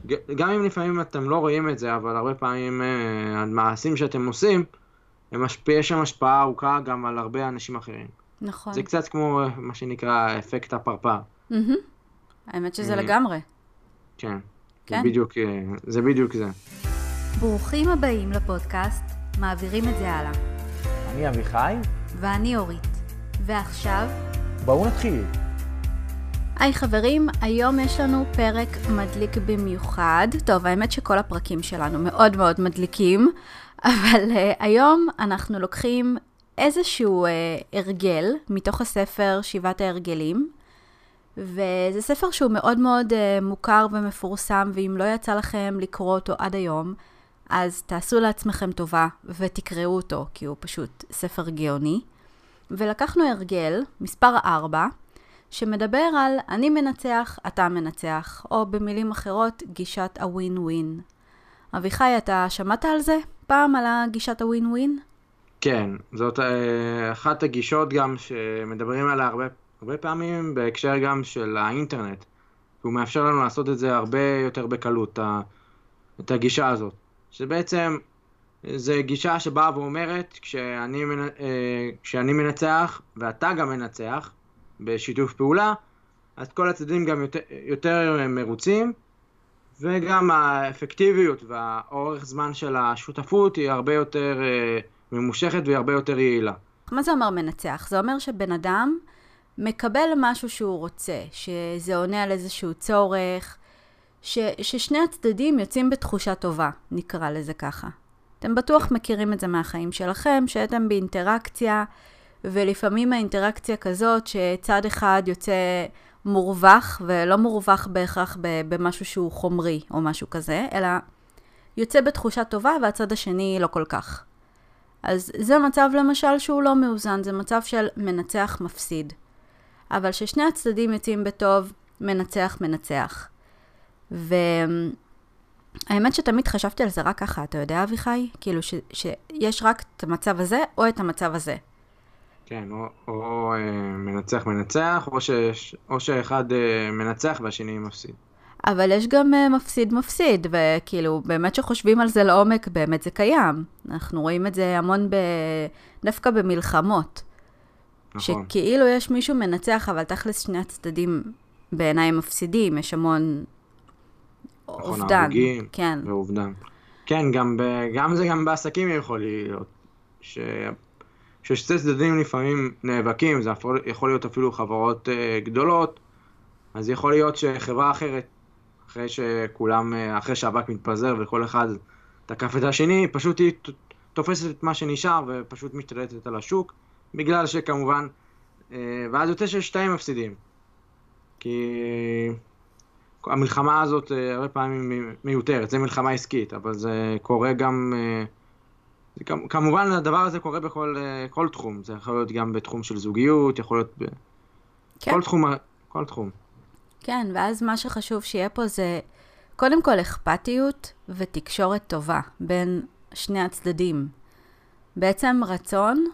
גם אם לפעמים אתם לא רואים את זה, אבל הרבה פעמים המעשים שאתם עושים, יש שם השפעה ארוכה גם על הרבה אנשים אחרים. זה נכון. קצת כמו מה שנקרא אפקט הפרפר. מהמם. האמת שזה אה, לגמרי. כן, כן. זה בדיוק זה. ברוכים הבאים לפודקאסט, מעבירים את זה הלאה. אני אביחי, ואני אורית. ועכשיו, בואו נתחיל. היי חברים, היום יש לנו פרק מדליק במיוחד. טוב, האמת שכל הפרקים שלנו מאוד מאוד מדליקים, אבל היום אנחנו לוקחים איזשהו הרגל מתוך הספר שבעת ההרגלים, וזה ספר שהוא מאוד מאוד מוכר ומפורסם, ואם לא יצא לכם לקרוא אותו עד היום, אז תעשו לעצמכם טובה ותקראו אותו, כי הוא פשוט ספר גאוני. ולקחנו הרגל, מספר 4, שמדבר על אני מנצח, אתה מנצח, או במילים אחרות, גישת הווין ווין. אביחי, אתה שמעת על זה פעם, על הגישת הווין ווין? כן, זאת אחת הגישות גם שמדברים עליה הרבה פעמים בהקשר גם של האינטרנט. הוא מאפשר לנו לעשות את זה הרבה יותר בקלות, את הגישה הזאת. שבעצם זה גישה שבאה ואומרת, כשאני מנצח ואתה גם מנצח בשיתוף פעולה, אז כל הצדדים גם יותר מרוצים, וגם האפקטיביות והאורך זמן של השותפות היא הרבה יותר ממושכת והיא הרבה יותר יעילה. מה זה אומר מנצח? זה אומר שבן אדם מקבל משהו שהוא רוצה, שזה עונה על איזשהו צורך, ששני הצדדים יוצאים בתחושה טובה, נקרא לזה ככה. אתם בטוח מכירים את זה מהחיים שלכם, שאתם באינטראקציה, ולפעמים האינטראקציה כזאת שצד אחד יוצא מורווח, ולא מורווח בהכרח במשהו שהוא חומרי או משהו כזה, אלא יוצא בתחושה טובה והצד השני לא כל כך. אז זה מצב למשל שהוא לא מאוזן, זה מצב של מנצח מפסיד. אבל ששני הצדדים יוצאים בטוב, מנצח מנצח. והאמת שתמיד חשבתי על זה רק ככה, אתה יודע אביחי? כאילו שיש רק את המצב הזה או את המצב הזה. כן, או מנצח מנצח, או שאחד מנצח והשני מפסיד. אבל יש גם מפסיד מפסיד, וכאילו באמת שחושבים על זה לעומק, באמת זה קיים. אנחנו רואים את זה המון דווקא במלחמות. נכון, שכאילו יש מישהו מנצח, אבל תכלס שני הצדדים בעיניי מפסידים, יש המון נכון, אובדן. הרוגים כן, ואובדן. כן, גם זה גם בעסקים יכול להיות, ששתי צדדים לפעמים נאבקים, זה יכול להיות אפילו חברות גדולות, אז יכול להיות שחברה אחרת, אחרי שהאבק מתפזר וכל אחד תקף את השני, פשוט היא תופסת את מה שנשאר ופשוט משתלטת על השוק, בגלל שכמובן, ואז יוצא ששתיים מפסידים. כי המלחמה הזאת הרבה פעמים מיותרת, זה מלחמה עסקית, אבל זה קורה גם, כמובן הדבר הזה קורה בכל כל תחום, זה יכול להיות גם בתחום של זוגיות, יכול להיות כן, בכל תחום, כל תחום. כן, ואז מה שחשוב שיהיה פה זה קודם כל אכפתיות ותקשורת טובה בין שני הצדדים. בעצם רצון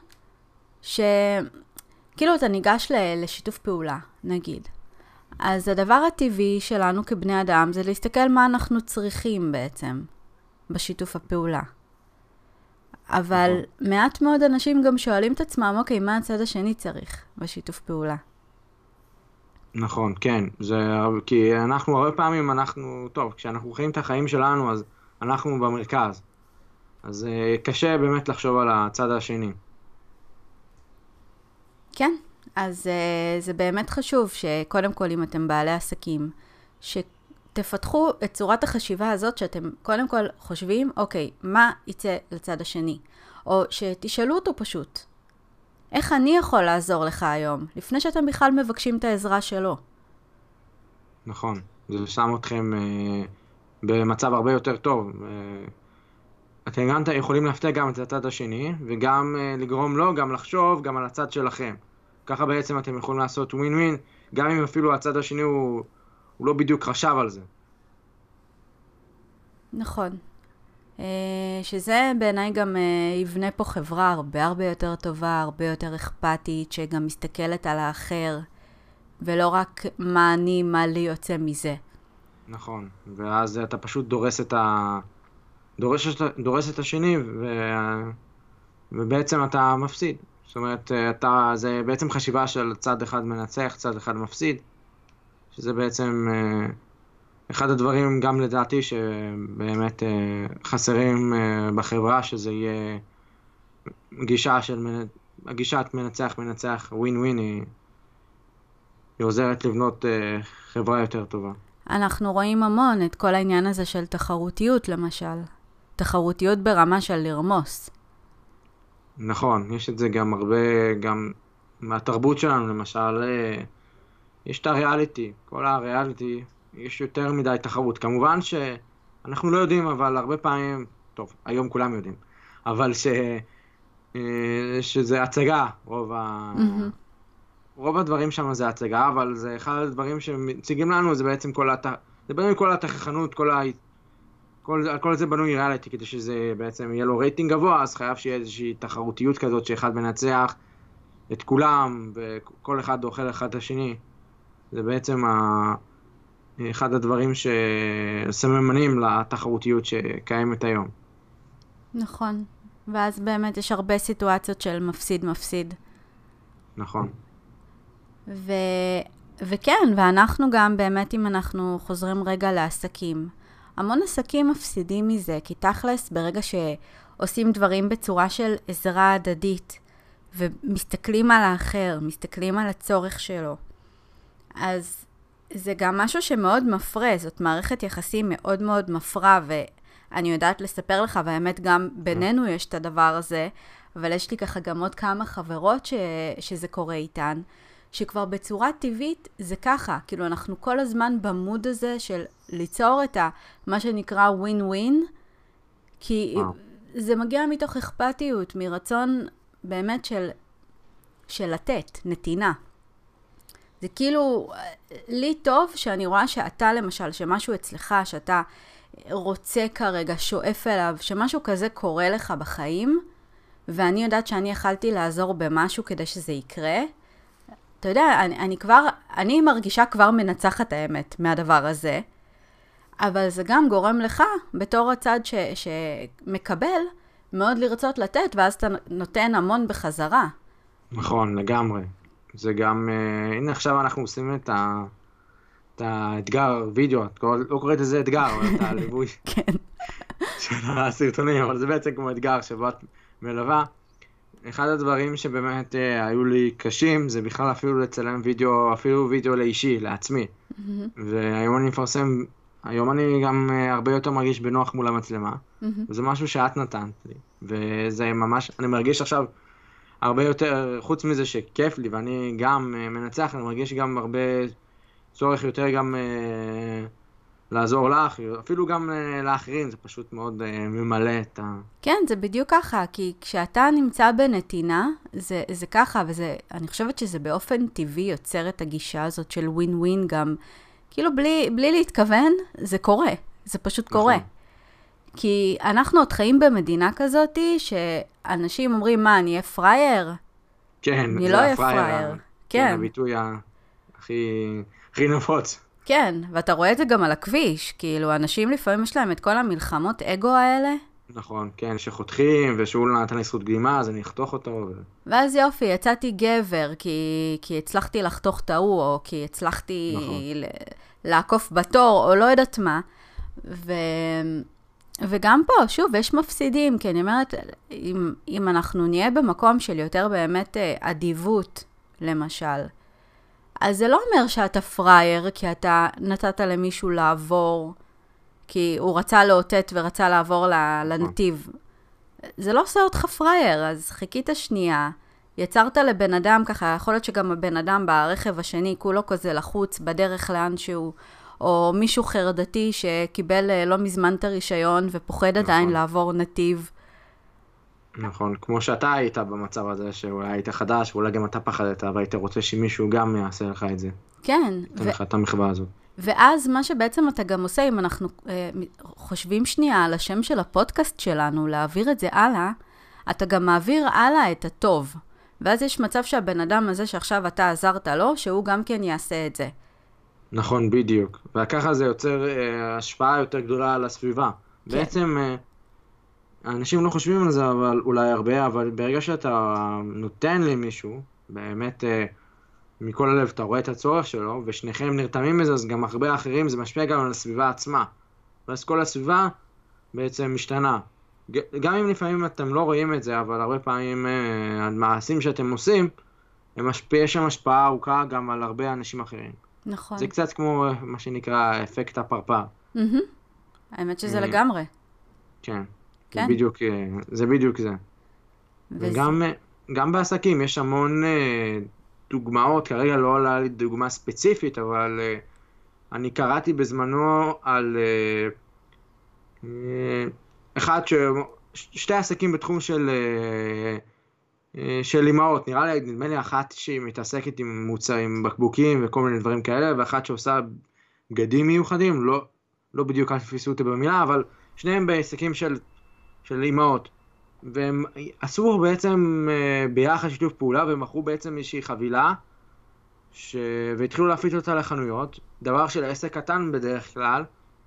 שכאילו אתה ניגש לשיתוף פעולה, נגיד. אז הדבר הטבעי שלנו כבני אדם זה להסתכל מה אנחנו צריכים בעצם בשיתוף הפעולה. אבל נכון. מעט מאוד אנשים גם שואלים את עצמם, אוקיי, מה הצד השני צריך בשיתוף פעולה? נכון, כן, כי הרבה פעמים טוב, כשאנחנו חיים את החיים שלנו, אז אנחנו במרכז, אז קשה באמת לחשוב על הצד השני. כן, אז זה באמת חשוב שקודם כל אם אתם בעלי עסקים, שתפתחו את צורת החשיבה הזאת שאתם קודם כל חושבים, אוקיי, מה יצא לצד השני? או שתשאלו אותו פשוט, איך אני יכול לעזור לך היום? לפני שאתם בכלל מבקשים את העזרה שלו. נכון, זה שם אתכם במצב הרבה יותר טוב. אתם גם יכולים להפתיע גם את הצד השני, וגם לגרום לו גם לחשוב גם על הצד שלכם. ככה בעצם אתם יכולים לעשות ווין ווין, גם אם אפילו הצד השני הוא לא בדיוק חשב על זה. נכון. שזה בעיניי גם יבנה פה חברה הרבה הרבה יותר טובה, הרבה יותר אכפתית, שגם מסתכלת על האחר, ולא רק מה לי יוצא מזה. נכון, ואז אתה פשוט דורס את השני, ובעצם אתה מפסיד. זאת אומרת, זה בעצם חשיבה של צד אחד מנצח, צד אחד מפסיד, שזה בעצם אחד הדברים גם לדעתי שבאמת חסרים בחברה, שזה יהיה גישת מנצח, ווין ווין, היא עוזרת לבנות חברה יותר טובה. אנחנו רואים המון את כל העניין הזה של תחרותיות, למשל. תחרותיות ברמה של לרמוס. נכון, יש את זה גם הרבה, גם מהתרבות שלנו, למשל, יש את הריאליטי. כל הריאליטי, יש יותר מדי תחרות. כמובן שאנחנו לא יודעים, אבל הרבה פעמים, טוב, היום כולם יודעים, אבל שזה הצגה, רוב הדברים שם זה הצגה, אבל זה אחד הדברים שמציגים לנו, זה בעצם כל התכחנות, כל זה בנוי ריאליטי, כדי שזה בעצם יהיה לו רייטינג גבוה, אז חייב שיהיה איזושהי תחרותיות כזאת, שאחד מנצח את כולם, וכל אחד אוכל אחד את השני. זה בעצם אחד הדברים שסממנים לתחרותיות שקיימת היום. נכון, ואז באמת יש הרבה סיטואציות של מפסיד. נכון. וכן, ואנחנו גם באמת, אם אנחנו חוזרים רגע לעסקים, המון עסקים מפסידים מזה, כי תכלס ברגע שעושים דברים בצורה של עזרה הדדית, ומסתכלים על האחר, מסתכלים על הצורך שלו, אז זה גם משהו שמאוד מפרה, זאת מערכת יחסים מאוד מאוד מפרה, ואני יודעת לספר לך, והאמת גם בינינו יש את הדבר הזה, אבל יש לי ככה גם עוד כמה חברות שזה קורה איתן, שכבר בצורה טבעית זה ככה, כאילו אנחנו כל הזמן במוד הזה של ליצור את מה שנקרא ווין ווין, כי זה מגיע מתוך אכפתיות, מרצון באמת של לתת, נתינה. זה כאילו, לי טוב שאני רואה שאתה למשל, שמשהו אצלך, שאתה רוצה כרגע, שואף אליו, שמשהו כזה קורה לך בחיים, ואני יודעת שאני יכלתי לעזור במשהו כדי שזה יקרה. אתה יודע, אני מרגישה כבר מנצחת האמת מהדבר הזה, אבל זה גם גורם לך, בתור הצד שמקבל, מאוד לרצות לתת, ואז אתה נותן המון בחזרה. נכון, לגמרי. זה גם, הנה עכשיו אנחנו עושים את האתגר וידאו, לא קוראת לזה אתגר, אבל את הליווי של הסרטונים, אבל זה בעצם כמו אתגר שבו את מלווה. אחד הדברים שבאמת היו לי קשים, זה בכלל אפילו לצלם וידאו, אפילו וידאו לאישי, לעצמי. והיום אני מפרסם, היום אני גם הרבה יותר מרגיש בנוח מול המצלמה, וזה משהו שאת נתנת לי. וזה ממש, אני מרגיש עכשיו הרבה יותר, חוץ מזה שכיף לי, ואני גם מנצח, אני מרגיש גם הרבה צורך יותר גם לעזור לך, אפילו גם לאחרים, זה פשוט מאוד ממלא את כן, זה בדיוק ככה, כי כשאתה נמצא בנתינה, זה ככה, אני חושבת שזה באופן טבעי יוצר את הגישה הזאת של ווין ווין גם, כאילו בלי להתכוון, זה קורה, זה פשוט קורה. כי אנחנו עוד חיים במדינה כזאת, שאנשים אומרים, מה, אני אהיה פרייר? כן, אני לא אהיה פרייר. כן, הביטוי הכי נפוץ. כן, ואתה רואה את זה גם על הכביש, כאילו, אנשים לפעמים יש להם את כל המלחמות אגו האלה. נכון, כן, שחותכים, ושהוא נתן לי זכות קדימה, אז אני אחתוך אותו. ואז יופי, יצאתי גבר, כי הצלחתי לחתוך את ההוא, או כי הצלחתי לעקוף בתור, או לא יודעת מה. וגם פה, שוב, יש מפסידים, כי אני אומרת, אם אנחנו נהיה במקום של יותר באמת אדיבות, למשל, אז זה לא אומר שאתה פרייר, כי אתה נתת למישהו לעבור, כי הוא רצה לאותת ורצה לעבור לנתיב. זה לא עושה אותך פרייר, אז חיכית שנייה, יצרת לבן אדם ככה, יכול להיות שגם הבן אדם ברכב השני, כולו כזה לחוץ, בדרך לאנשהו, או מישהו חרדתי שקיבל לא מזמן את הרישיון, ופוחד עדיין לעבור נתיב. נכון, כמו שאתה היית במצב הזה, שאולי היית חדש, ואולי גם אתה פחדת, אבל היית רוצה שמישהו גם יעשה לך את זה. כן. תן לך את המחווה הזאת. ואז מה שבעצם אתה גם עושה, אם אנחנו חושבים שנייה על השם של הפודקאסט שלנו, להעביר את זה הלאה, אתה גם מעביר הלאה את הטוב. ואז יש מצב שהבן אדם הזה שעכשיו אתה עזרת לו, שהוא גם כן יעשה את זה. נכון, בדיוק. וככה זה יוצר השפעה יותר גדולה על הסביבה. כן, בעצם אנשים לא חושבים על זה אבל אולי הרבה, אבל ברגע שאתה נותן למישהו, באמת מכל הלב אתה רואה את הצורך שלו, ושניכם נרתמים בזה, אז גם הרבה אחרים, זה משפיע גם על הסביבה עצמה. ואז כל הסביבה בעצם משתנה. גם אם לפעמים אתם לא רואים את זה, אבל הרבה פעמים המעשים שאתם עושים, יש שם השפעה ארוכה גם על הרבה אנשים אחרים. נכון. זה קצת כמו מה שנקרא אפקט הפרפר. מהמם. האמת שזה אה, לגמרי. כן, כן. זה בדיוק זה. וזה... גם בעסקים יש המון דוגמאות, כרגע לא עולה לי דוגמה ספציפית, אבל אני קראתי בזמנו על אה, שתי עסקים בתחום של אימהות, נדמה לי אחת שהיא מתעסקת עם מוצרים, בקבוקים וכל מיני דברים כאלה, ואחת שעושה בגדים מיוחדים, לא בדיוק אל תפסו אותי במילה, אבל שניהם בעסקים של אימהות. והם עשו בעצם ביחד שיתוף פעולה, והם מכרו בעצם איזושהי חבילה, והתחילו להפיץ אותה לחנויות, דבר של עסק קטן בדרך כלל,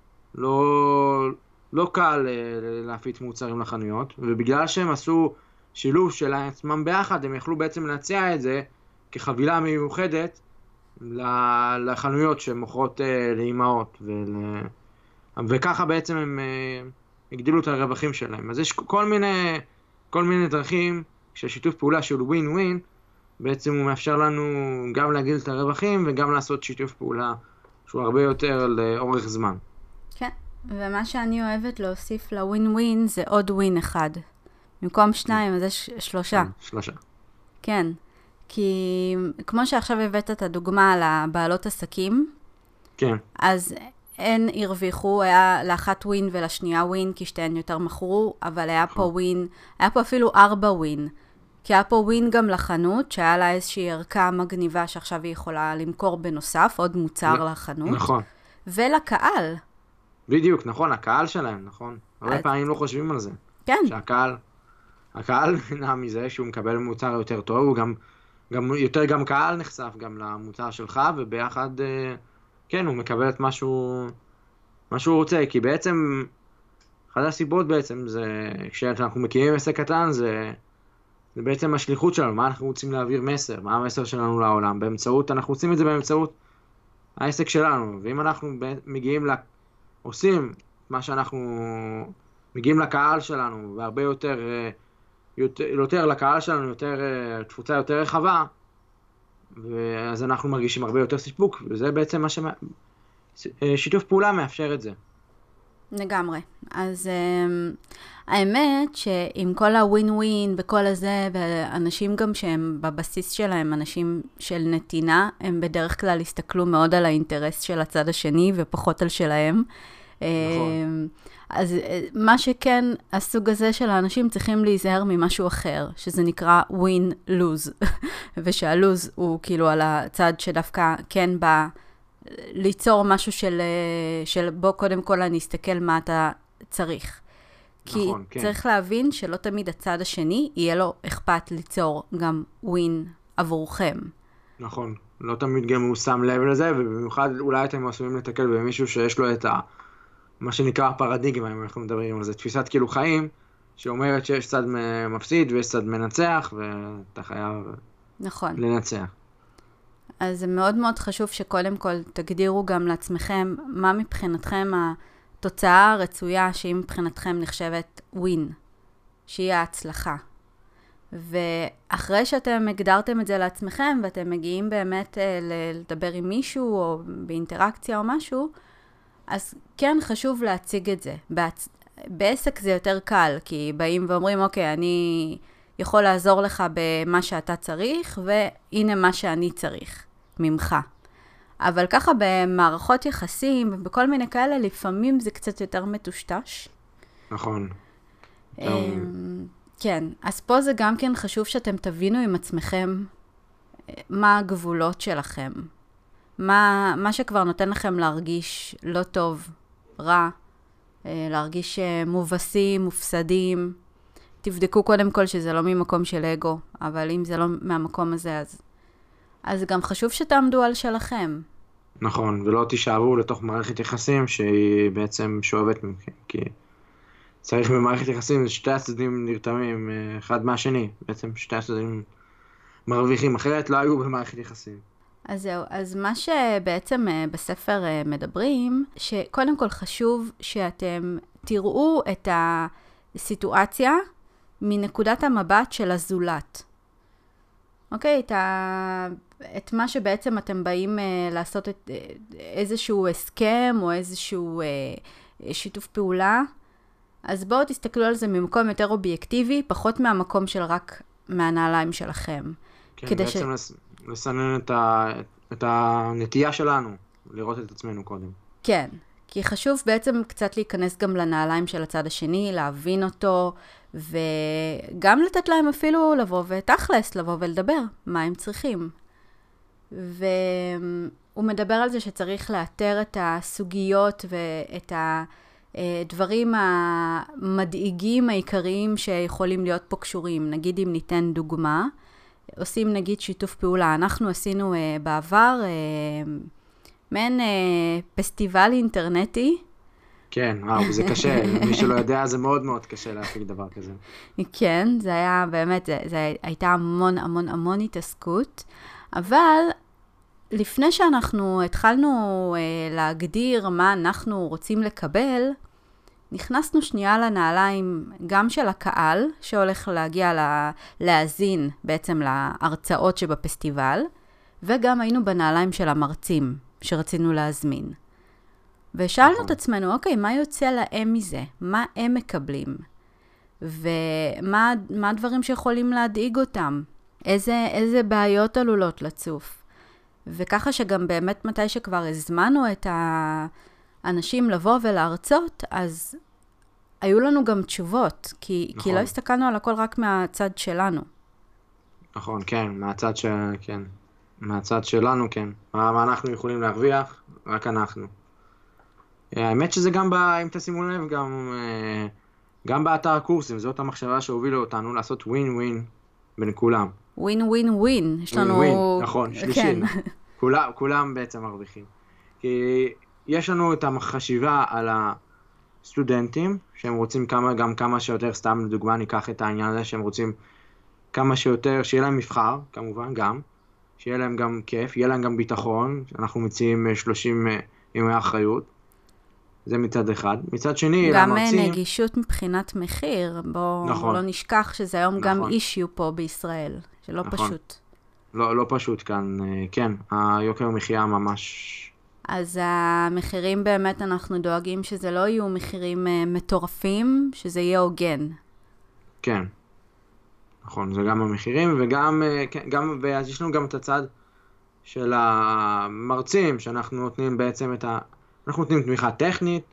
לא קל להפיץ מוצרים לחנויות, ובגלל שהם עשו שילוב של עצמם ביחד, הם יכלו בעצם להציע את זה כחבילה מיוחדת לחנויות שמוכרות לאימהות, וככה בעצם הם הגדילו את הרווחים שלהם. אז יש כל מיני דרכים של שיתוף פעולה של ווין ווין, בעצם הוא מאפשר לנו גם להגדיל את הרווחים וגם לעשות שיתוף פעולה שהוא הרבה יותר לאורך זמן. כן, ומה שאני אוהבת להוסיף לווין ווין זה עוד ווין אחד. במקום 2, אז יש 3. 3. כן, כי כמו שעכשיו הבאת את הדוגמה על הבעלות עסקים, כן. אז הן הרוויחו, היה לאחת ווין ולשנייה ווין, כי שתיהן יותר מכרו, אבל היה פה ווין, היה פה אפילו 4 ווין. כי היה פה ווין גם לחנות, שהיה לה איזושהי ערכה מגניבה שעכשיו היא יכולה למכור בנוסף, עוד מוצר לחנות. נכון. ולקהל. בדיוק, נכון, הקהל שלהם, נכון. הרבה פעמים לא חושבים על זה. כן. הקהל נהנה מזה שהוא מקבל מוצר יותר טוב, הוא גם קהל נחשף גם למוצר שלך, וביחד, כן, הוא מקבל את מה שהוא רוצה, כי בעצם, אחת הסיבות בעצם זה, כשאנחנו מקימים עסק קטן, זה בעצם השליחות שלנו, מה אנחנו רוצים להעביר מסר, מה המסר שלנו לעולם, אנחנו עושים את זה באמצעות העסק שלנו, ואם אנחנו עושים מה שאנחנו מגיעים לקהל שלנו, והרבה יותר לקהל שלנו, תפוצה יותר רחבה, אז אנחנו מרגישים הרבה יותר סיפוק, וזה בעצם שיתוף פעולה מאפשר את זה. לגמרי. אז האמת שעם כל הווין ווין וכל הזה, ואנשים גם שהם בבסיס שלהם, אנשים של נתינה, הם בדרך כלל הסתכלו מאוד על האינטרס של הצד השני ופחות על שלהם. נכון. אז מה שכן, הסוג הזה של האנשים צריכים להיזהר ממשהו אחר, שזה נקרא win-lose, ושהלוז הוא כאילו על הצד שדווקא כן בא ליצור משהו של בוא קודם כל אני אסתכל מה אתה צריך. כי נכון, כן. צריך להבין שלא תמיד הצד השני יהיה לו אכפת ליצור גם win עבורכם. נכון, לא תמיד גם הוא שם לב לזה, ובמיוחד אולי אתם עשויים לתקל במישהו שיש לו את מה שנקרא הפרדיגמה, אם אנחנו מדברים על זה, תפיסת כאילו חיים, שאומרת שיש צד מפסיד ויש צד מנצח, ואתה חייב נכון. לנצח. אז זה מאוד מאוד חשוב שקודם כל תגדירו גם לעצמכם מה מבחינתכם התוצאה הרצויה שהיא מבחינתכם נחשבת ווין, שהיא ההצלחה. ואחרי שאתם הגדרתם את זה לעצמכם ואתם מגיעים באמת לדבר עם מישהו או באינטראקציה או משהו, אז כן חשוב להציג את זה. בעסק זה יותר קל, כי באים ואומרים, אוקיי, אני יכול לעזור לך במה שאתה צריך, והנה מה שאני צריך ממך. אבל ככה במערכות יחסים, ובכל מיני כאלה, לפעמים זה קצת יותר מטושטש. נכון. כן, אז פה זה גם כן חשוב שאתם תבינו עם עצמכם מה הגבולות שלכם. מה שכבר נותן לכם להרגיש לא טוב, רע, להרגיש מובסים, מופסדים. תבדקו קודם כל שזה לא ממקום של אגו, אבל אם זה לא מהמקום הזה, אז גם חשוב שתעמדו על שלכם. נכון, ולא תישארו לתוך מערכת יחסים שהיא בעצם שואבת מכם, כי צריך במערכת יחסים שתי הצדדים נרתמים אחד מהשני, בעצם שתי הצדדים מרוויחים, אחרת לא היו במערכת יחסים. אז זהו, אז מה שבעצם בספר מדברים, שקודם כל חשוב שאתם תראו את הסיטואציה מנקודת המבט של הזולת. אוקיי? את מה שבעצם אתם באים לעשות איזשהו הסכם או איזשהו שיתוף פעולה, אז בואו תסתכלו על זה ממקום יותר אובייקטיבי, פחות מהמקום של רק מהנעליים שלכם. כן, בעצם לסנן את הנטייה שלנו, לראות את עצמנו קודם. כן, כי חשוב בעצם קצת להיכנס גם לנעליים של הצד השני, להבין אותו, וגם לתת להם אפילו לבוא ותכלס, לבוא ולדבר, מה הם צריכים. והוא מדבר על זה שצריך לאתר את הסוגיות ואת הדברים המדאיגים העיקריים שיכולים להיות פה קשורים. נגיד אם ניתן דוגמה, עושים נגיד שיתוף פעולה. אנחנו עשינו בעבר מעין פסטיבל אינטרנטי. כן, זה קשה. מי שלא יודע, זה מאוד מאוד קשה להפעיל דבר כזה. כן, זה היה באמת, זה הייתה המון המון המון התעסקות. אבל לפני שאנחנו התחלנו להגדיר מה אנחנו רוצים לקבל, נכנסנו שנייה לנעליים גם של הקהל, שהולך להגיע להאזין בעצם להרצאות שבפסטיבל, וגם היינו בנעליים של המרצים שרצינו להזמין. ושאלנו את עצמנו, אוקיי, מה יוצא להם מזה? מה הם מקבלים? ומה הדברים שיכולים להדאיג אותם? איזה בעיות עלולות לצוף? וככה שגם באמת מתי שכבר הזמנו את האנשים לבוא ולהרצות, אז היו לנו גם תשובות, כי לא הסתכלנו על הכל רק מהצד שלנו. נכון, כן, מהצד שלנו, כן. מה אנחנו יכולים להרוויח? רק אנחנו. האמת שזה גם, אם תשימו לב, גם באתר הקורסים, זאת המחשבה שהובילו אותנו לעשות ווין ווין בין כולם. ווין ווין ווין, יש לנו... ווין, נכון, שלישי. כולם בעצם מרוויחים. כי יש לנו את החשיבה על הסטודנטים, שהם רוצים גם כמה שיותר, סתם לדוגמה ניקח את העניין הזה, שהם רוצים כמה שיותר, שיהיה להם מבחר, כמובן גם, שיהיה להם גם כיף, יהיה להם גם ביטחון, אנחנו מציעים 30 ימי אחריות, זה מצד אחד. מצד שני, למרצים... גם נגישות מבחינת מחיר, בואו לא נשכח שזה היום גם אישיו פה בישראל, שלא פשוט. לא פשוט כאן, כן, היוקר מחיה ממש... אז המחירים באמת אנחנו דואגים שזה לא יהיו מחירים מטורפים, שזה יהיה הוגן. כן. נכון, זה גם המחירים, וגם, ואז יש לנו גם את הצד של המרצים, שאנחנו נותנים בעצם אנחנו נותנים תמיכה טכנית,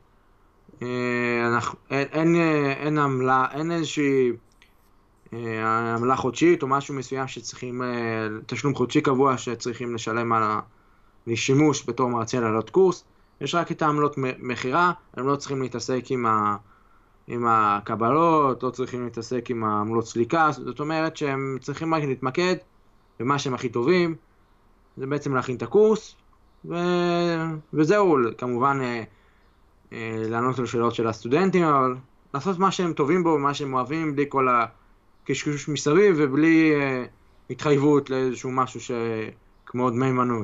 אין עמלה, אין איזושהי עמלה חודשית או משהו מסוים שצריכים, תשלום חודשי קבוע שצריכים לשלם על לשימוש בתור מרצה לעלות קורס, יש רק את העמלות מחירה, הם לא צריכים להתעסק עם הקבלות, לא צריכים להתעסק עם העמלות סליקה, זאת אומרת שהם צריכים רק להתמקד במה שהם הכי טובים, זה בעצם להכין את הקורס, וזהו, כמובן לענות על שאלות של הסטודנטים, אבל לעשות מה שהם טובים בו, מה שהם אוהבים, בלי כל הקשקוש מסביב, ובלי התחייבות לאיזשהו משהו כמו דמי מנוי.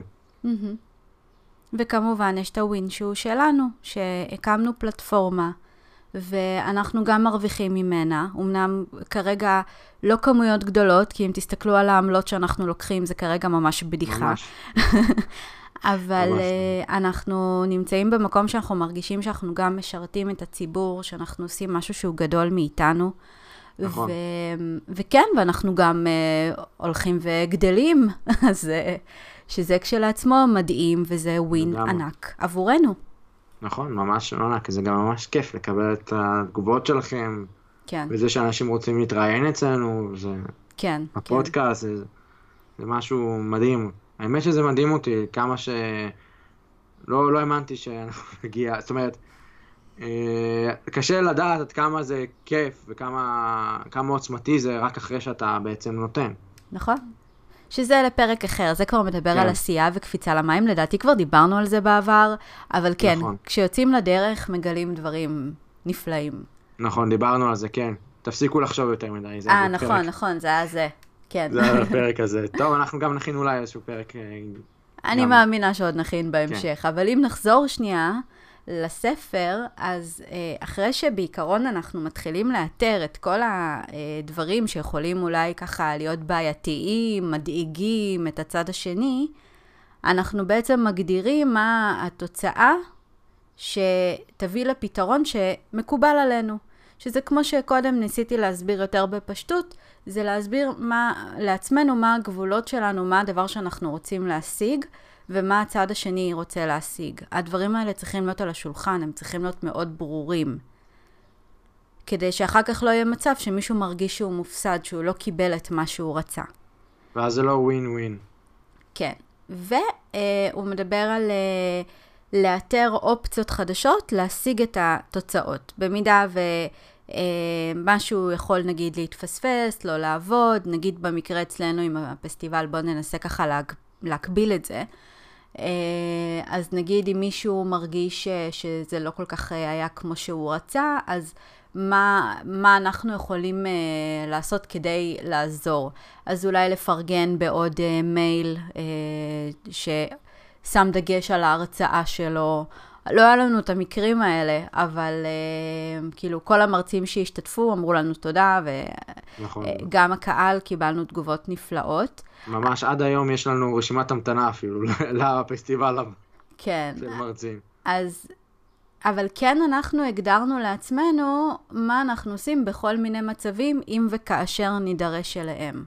וכמובן יש את הווינשו שלנו, שהקמנו פלטפורמה, ואנחנו גם מרוויחים ממנה, אמנם כרגע לא כמויות גדולות, כי אם תסתכלו על העמלות שאנחנו לוקחים, זה כרגע ממש בדיחה. ממש. אבל אנחנו נמצאים במקום שאנחנו מרגישים שאנחנו גם משרתים את הציבור, שאנחנו עושים משהו שהוא גדול מאיתנו. נכון. וכן, ואנחנו גם הולכים וגדלים, אז שזה כשלעצמו מדהים, וזה ווין ענק עבורנו. נכון, ממש ענק, זה גם ממש כיף לקבל את התגובות שלכם, כן. וזה שאנשים רוצים להתראיין אצלנו, זה... כן. הפודקאסט, זה משהו מדהים. האמת שזה מדהים אותי, כמה לא האמנתי שאנחנו נגיע, זאת אומרת, קשה לדעת עד כמה זה כיף וכמה עוצמתי זה רק אחרי שאתה בעצם נותן. נכון. שזה לפרק אחר, זה כבר מדבר כן. על עשייה וקפיצה למים, לדעתי כבר דיברנו על זה בעבר, אבל כן, נכון. כשיוצאים לדרך מגלים דברים נפלאים. נכון, דיברנו על זה, כן. תפסיקו לחשוב יותר מדי. זה היה בפרק. נכון, זה היה זה, כן. זה היה בפרק הזה. טוב, אנחנו גם נכין אולי איזשהו פרק. אני גם- מאמינה שעוד נכין בהמשך, אבל אם נחזור שנייה לספר, אז אחרי שבעיקרון אנחנו מתחילים לאתר את כל הדברים שיכולים אולי ככה להיות בעייתיים, מדאיגים, את הצד השני, אנחנו בעצם מגדירים מה התוצאה שתביא לפתרון שמקובל עלינו. שזה כמו שקודם ניסיתי להסביר יותר בפשטות, זה להסביר לעצמנו מה הגבולות שלנו, מה הדבר שאנחנו רוצים להשיג, ומה הצד השני רוצה להשיג. הדברים האלה צריכים להיות על השולחן, הם צריכים להיות מאוד ברורים. כדי שאחר כך לא יהיה מצב שמישהו מרגיש שהוא מופסד, שהוא לא קיבל את מה שהוא רצה. ואז זה לא ווין ווין. כן. והוא מדבר על לאתר אופציות חדשות, להשיג את התוצאות. במידה ומשהו יכול נגיד להתפספס, לא לעבוד, נגיד במקרה אצלנו עם הפסטיבל, בוא ננסה ככה להקביל את זה. אז נגיד אם מישהו מרגיש שזה לא כל כך היה כמו שהוא רצה, אז מה אנחנו יכולים לעשות כדי לעזור? אז אולי לפרגן בעוד מייל ששם דגש על ההרצאה שלו. לא היה לנו את המקרים האלה, אבל כאילו כל המרצים שהשתתפו אמרו לנו תודה, נכון. וגם הקהל קיבלנו תגובות נפלאות. ממש עד היום יש לנו רשימת המתנה אפילו לפסטיבל כן. של מרצים. אז, אבל כן אנחנו הגדרנו לעצמנו מה אנחנו עושים בכל מיני מצבים, אם וכאשר נידרש אליהם.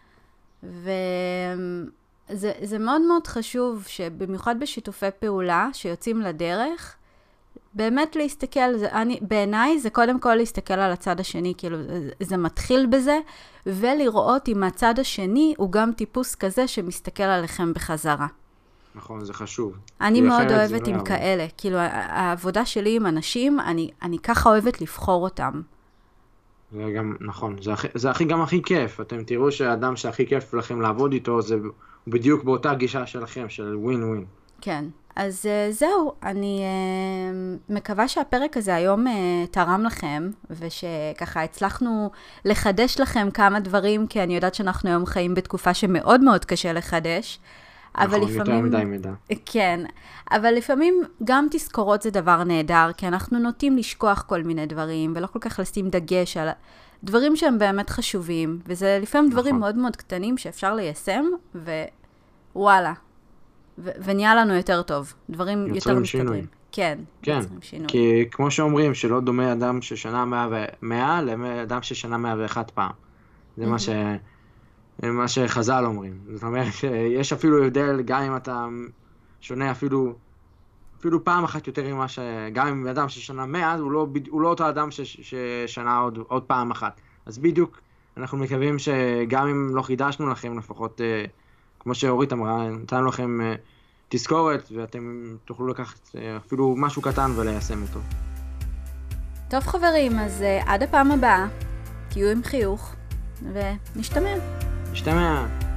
וזה מאוד מאוד חשוב שבמיוחד בשיתופי פעולה שיוצאים לדרך, באמת להסתכל, בעיניי זה קודם כל להסתכל על הצד השני, כאילו זה מתחיל בזה, ולראות אם הצד השני הוא גם טיפוס כזה שמסתכל עליכם בחזרה. נכון, זה חשוב. אני מאוד אוהבת עם כאלה, כאילו העבודה שלי עם אנשים, אני ככה אוהבת לבחור אותם. זה גם, נכון, זה גם הכי כיף. אתם תראו שהאדם שהכי כיף לכם לעבוד איתו, זה בדיוק באותה גישה שלכם, של ווין ווין. כן, אז זהו, אני מקווה שהפרק הזה היום תרם לכם, ושככה הצלחנו לחדש לכם כמה דברים, כי אני יודעת שאנחנו היום חיים בתקופה שמאוד מאוד קשה לחדש. נכון, יותר מדי מידע. כן, אבל לפעמים גם תזכורות זה דבר נהדר, כי אנחנו נוטים לשכוח כל מיני דברים, ולא כל כך לשים דגש על דברים שהם באמת חשובים, וזה לפעמים דברים מאוד מאוד קטנים שאפשר ליישם, ווואלה, ונהיה לנו יותר טוב, דברים יותר מסתדרים. כן, יוצרים שינוי. כי כמו שאומרים, שלא דומה אדם ששנה 100 לאדם ששנה 101 פעם. זה מה שחז"ל אומרים. זאת אומרת שיש אפילו הבדל, גם אם אתה שונה אפילו פעם אחת יותר ממה גם אם אדם ששנה 100, הוא לא אותו אדם ששנה עוד פעם אחת. אז בדיוק אנחנו מקווים שגם אם לא חידשנו לכם, לפחות כמו שאורית אמרה, נתנו לכם תזכורת, ואתם תוכלו לקחת אפילו משהו קטן וליישם אותו. טוב חברים, אז עד הפעם הבאה, תהיו עם חיוך, ונשתמע. נשתמע.